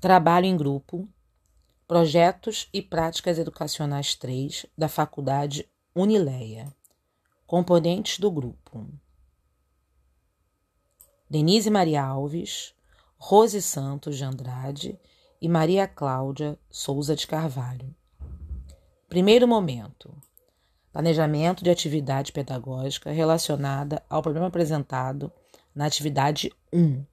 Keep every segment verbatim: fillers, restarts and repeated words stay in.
Trabalho em grupo, projetos e práticas educacionais três da Faculdade Unileia. Componentes do grupo: Denise Maria Alves, Rose Santos de Andrade e Maria Cláudia Souza de Carvalho. Primeiro momento: planejamento de atividade pedagógica relacionada ao problema apresentado na atividade um.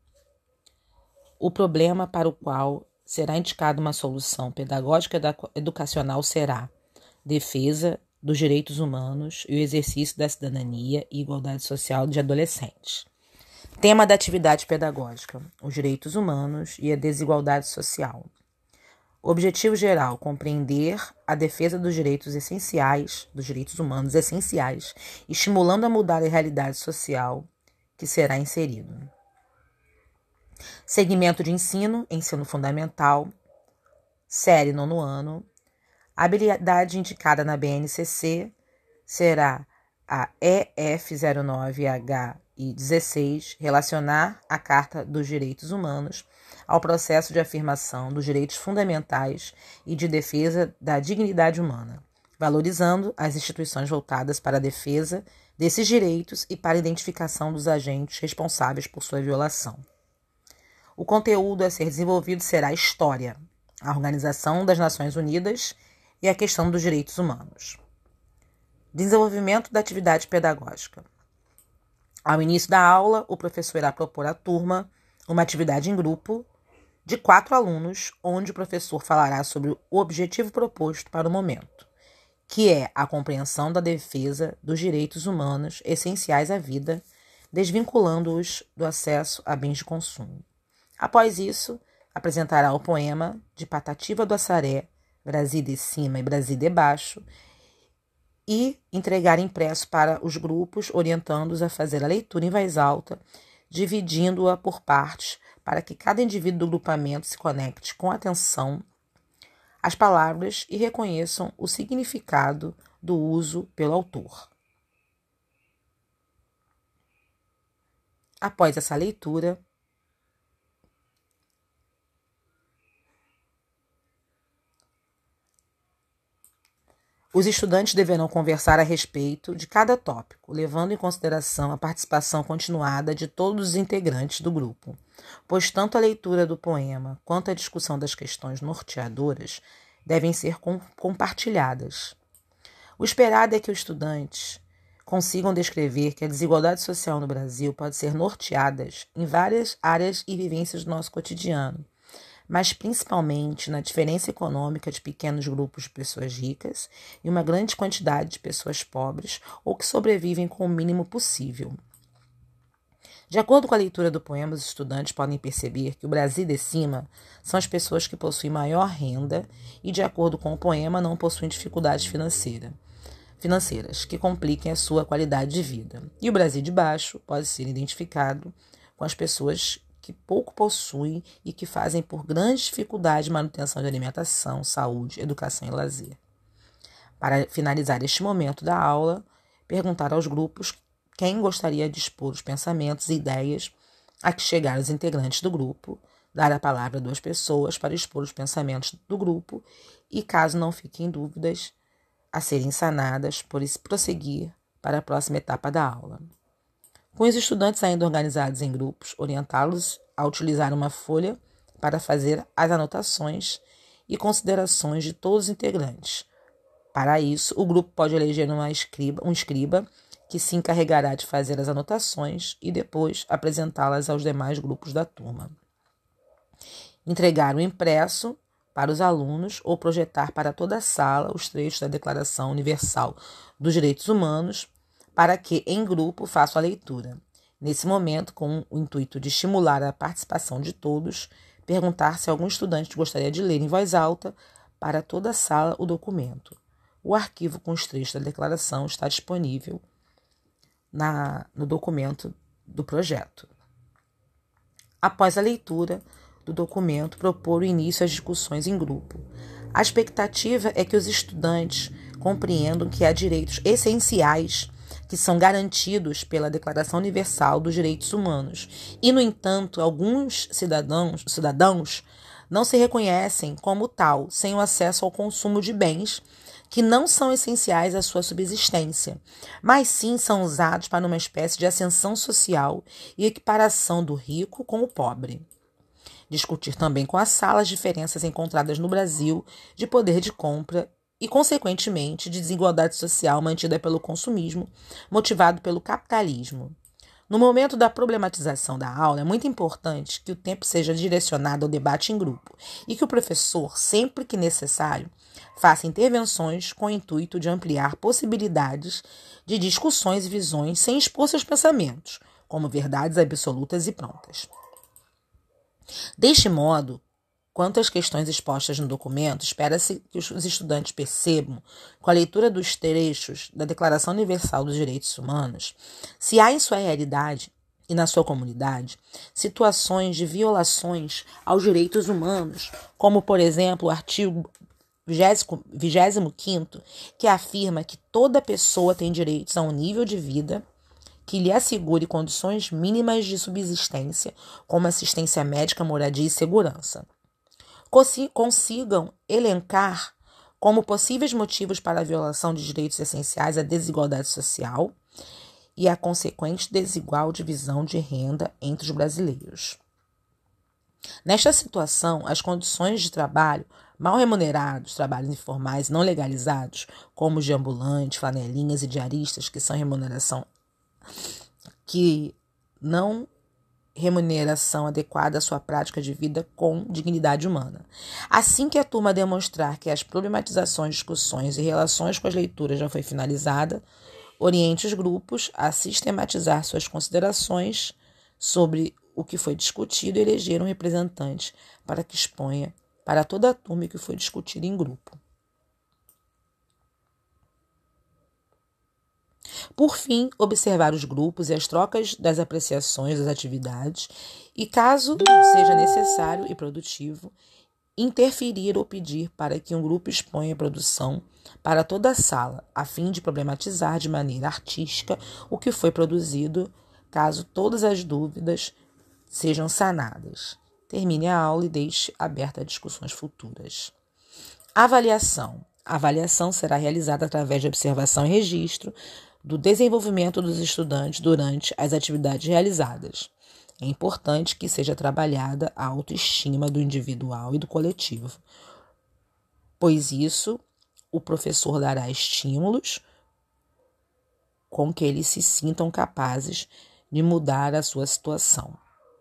O problema para o qual será indicada uma solução pedagógica educacional será defesa dos direitos humanos e o exercício da cidadania e igualdade social de adolescentes. Tema da atividade pedagógica: os direitos humanos e a desigualdade social. Objetivo geral: compreender a defesa dos direitos essenciais, dos direitos humanos essenciais, estimulando a mudar a realidade social que será inserido. Segmento de ensino, ensino fundamental, série nono ano. A habilidade indicada na B N C C será a E F zero nove H I dezesseis, relacionar a Carta dos Direitos Humanos ao processo de afirmação dos direitos fundamentais e de defesa da dignidade humana, valorizando as instituições voltadas para a defesa desses direitos e para a identificação dos agentes responsáveis por sua violação. O conteúdo a ser desenvolvido será a história, a Organização das Nações Unidas e a questão dos direitos humanos. Desenvolvimento da atividade pedagógica. Ao início da aula, o professor irá propor à turma uma atividade em grupo de quatro alunos, onde o professor falará sobre o objetivo proposto para o momento, que é a compreensão da defesa dos direitos humanos essenciais à vida, desvinculando-os do acesso a bens de consumo. Após isso, apresentará o poema de Patativa do Assaré, Brasil de Cima e Brasil de Baixo, e entregar impresso para os grupos, orientando-os a fazer a leitura em voz alta, dividindo-a por partes, para que cada indivíduo do grupamento se conecte com atenção às palavras e reconheçam o significado do uso pelo autor. Após essa leitura, os estudantes deverão conversar a respeito de cada tópico, levando em consideração a participação continuada de todos os integrantes do grupo, pois tanto a leitura do poema quanto a discussão das questões norteadoras devem ser com- compartilhadas. O esperado é que os estudantes consigam descrever que a desigualdade social no Brasil pode ser norteada em várias áreas e vivências do nosso cotidiano, mas principalmente na diferença econômica de pequenos grupos de pessoas ricas e uma grande quantidade de pessoas pobres ou que sobrevivem com o mínimo possível. De acordo com a leitura do poema, os estudantes podem perceber que o Brasil de Cima são as pessoas que possuem maior renda e, de acordo com o poema, não possuem dificuldades financeiras, financeiras que compliquem a sua qualidade de vida. E o Brasil de Baixo pode ser identificado com as pessoas que pouco possuem e que fazem por grande dificuldade manutenção de alimentação, saúde, educação e lazer. Para finalizar este momento da aula, perguntar aos grupos quem gostaria de expor os pensamentos e ideias a que chegaram os integrantes do grupo, dar a palavra a duas pessoas para expor os pensamentos do grupo e, caso não fiquem dúvidas, a serem sanadas, por isso prosseguir para a próxima etapa da aula. Com os estudantes ainda organizados em grupos, orientá-los a utilizar uma folha para fazer as anotações e considerações de todos os integrantes. Para isso, o grupo pode eleger uma escriba, um escriba que se encarregará de fazer as anotações e depois apresentá-las aos demais grupos da turma. Entregar o impresso para os alunos ou projetar para toda a sala os trechos da Declaração Universal dos Direitos Humanos, para que, em grupo, façam a leitura. Nesse momento, com o intuito de estimular a participação de todos, perguntar se algum estudante gostaria de ler em voz alta para toda a sala o documento. O arquivo com os trechos da declaração está disponível na, no documento do projeto. Após a leitura do documento, propor o início às discussões em grupo. A expectativa é que os estudantes compreendam que há direitos essenciais que são garantidos pela Declaração Universal dos Direitos Humanos. E, no entanto, alguns cidadãos, cidadãos não se reconhecem como tal, sem o acesso ao consumo de bens que não são essenciais à sua subsistência, mas sim são usados para uma espécie de ascensão social e equiparação do rico com o pobre. Discutir também com a sala as diferenças encontradas no Brasil de poder de compra e, consequentemente, de desigualdade social mantida pelo consumismo, motivado pelo capitalismo. No momento da problematização da aula, é muito importante que o tempo seja direcionado ao debate em grupo e que o professor, sempre que necessário, faça intervenções com o intuito de ampliar possibilidades de discussões e visões sem expor seus pensamentos, como verdades absolutas e prontas. Deste modo, quanto às questões expostas no documento, espera-se que os estudantes percebam, com a leitura dos trechos da Declaração Universal dos Direitos Humanos, se há em sua realidade e na sua comunidade situações de violações aos direitos humanos, como, por exemplo, o artigo vigésimo quinto, que afirma que toda pessoa tem direitos a um nível de vida que lhe assegure condições mínimas de subsistência, como assistência médica, moradia e segurança. Consigam elencar como possíveis motivos para a violação de direitos essenciais a desigualdade social e a consequente desigual divisão de renda entre os brasileiros. Nesta situação, as condições de trabalho mal remunerados, trabalhos informais não legalizados, como os de ambulantes, flanelinhas e diaristas, que são remuneração que não remuneração adequada à sua prática de vida com dignidade humana. Assim que a turma demonstrar que as problematizações, discussões e relações com as leituras já foi finalizada, oriente os grupos a sistematizar suas considerações sobre o que foi discutido e eleger um representante para que exponha para toda a turma o que foi discutido em grupo. Por fim, observar os grupos e as trocas das apreciações das atividades e, caso seja necessário e produtivo, interferir ou pedir para que um grupo exponha a produção para toda a sala, a fim de problematizar de maneira artística o que foi produzido, caso todas as dúvidas sejam sanadas. Termine a aula e deixe aberta a discussões futuras. Avaliação. A avaliação será realizada através de observação e registro do desenvolvimento dos estudantes durante as atividades realizadas. É importante que seja trabalhada a autoestima do individual e do coletivo, pois isso o professor dará estímulos com que eles se sintam capazes de mudar a sua situação.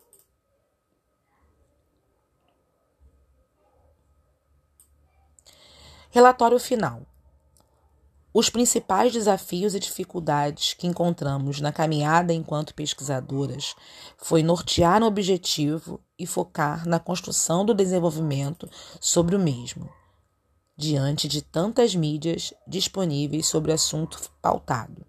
Relatório final. Os principais desafios e dificuldades que encontramos na caminhada enquanto pesquisadoras foi nortear no objetivo e focar na construção do desenvolvimento sobre o mesmo, diante de tantas mídias disponíveis sobre o assunto pautado.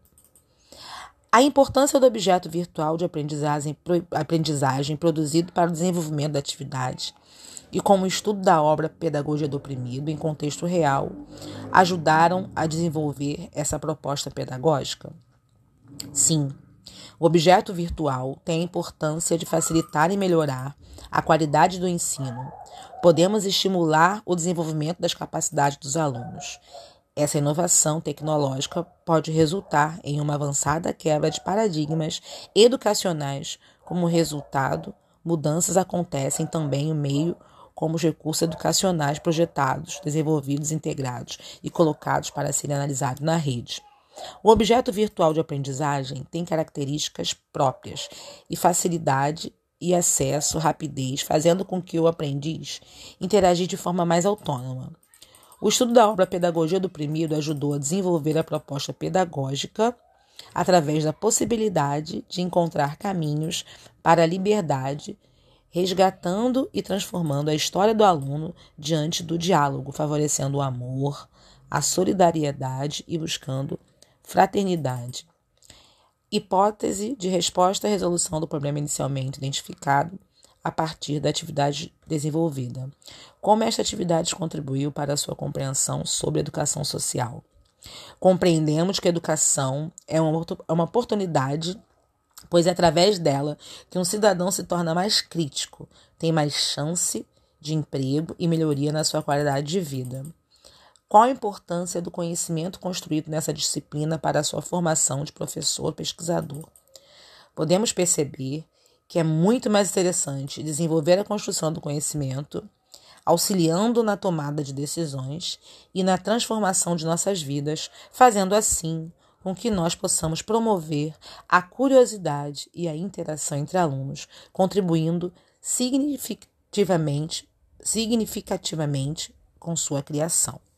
A importância do objeto virtual de aprendizagem, aprendizagem produzido para o desenvolvimento da atividade e como o estudo da obra Pedagogia do Oprimido em contexto real ajudaram a desenvolver essa proposta pedagógica? Sim, o objeto virtual tem a importância de facilitar e melhorar a qualidade do ensino. Podemos estimular o desenvolvimento das capacidades dos alunos. Essa inovação tecnológica pode resultar em uma avançada quebra de paradigmas educacionais. Como resultado, mudanças acontecem também no meio como os recursos educacionais projetados, desenvolvidos, integrados e colocados para serem analisados na rede. O objeto virtual de aprendizagem tem características próprias e facilidade e acesso, rapidez, fazendo com que o aprendiz interagir de forma mais autônoma. O estudo da obra Pedagogia do Oprimido ajudou a desenvolver a proposta pedagógica através da possibilidade de encontrar caminhos para a liberdade, resgatando e transformando a história do aluno diante do diálogo, favorecendo o amor, a solidariedade e buscando fraternidade. Hipótese de resposta à resolução do problema inicialmente identificado a partir da atividade desenvolvida. Como esta atividade contribuiu para a sua compreensão sobre a educação social? Compreendemos que a educação é uma oportunidade, pois é através dela que um cidadão se torna mais crítico, tem mais chance de emprego e melhoria na sua qualidade de vida. Qual a importância do conhecimento construído nessa disciplina para a sua formação de professor pesquisador? Podemos perceber que é muito mais interessante desenvolver a construção do conhecimento, auxiliando na tomada de decisões e na transformação de nossas vidas, fazendo assim com que nós possamos promover a curiosidade e a interação entre alunos, contribuindo significativamente, significativamente com sua criação.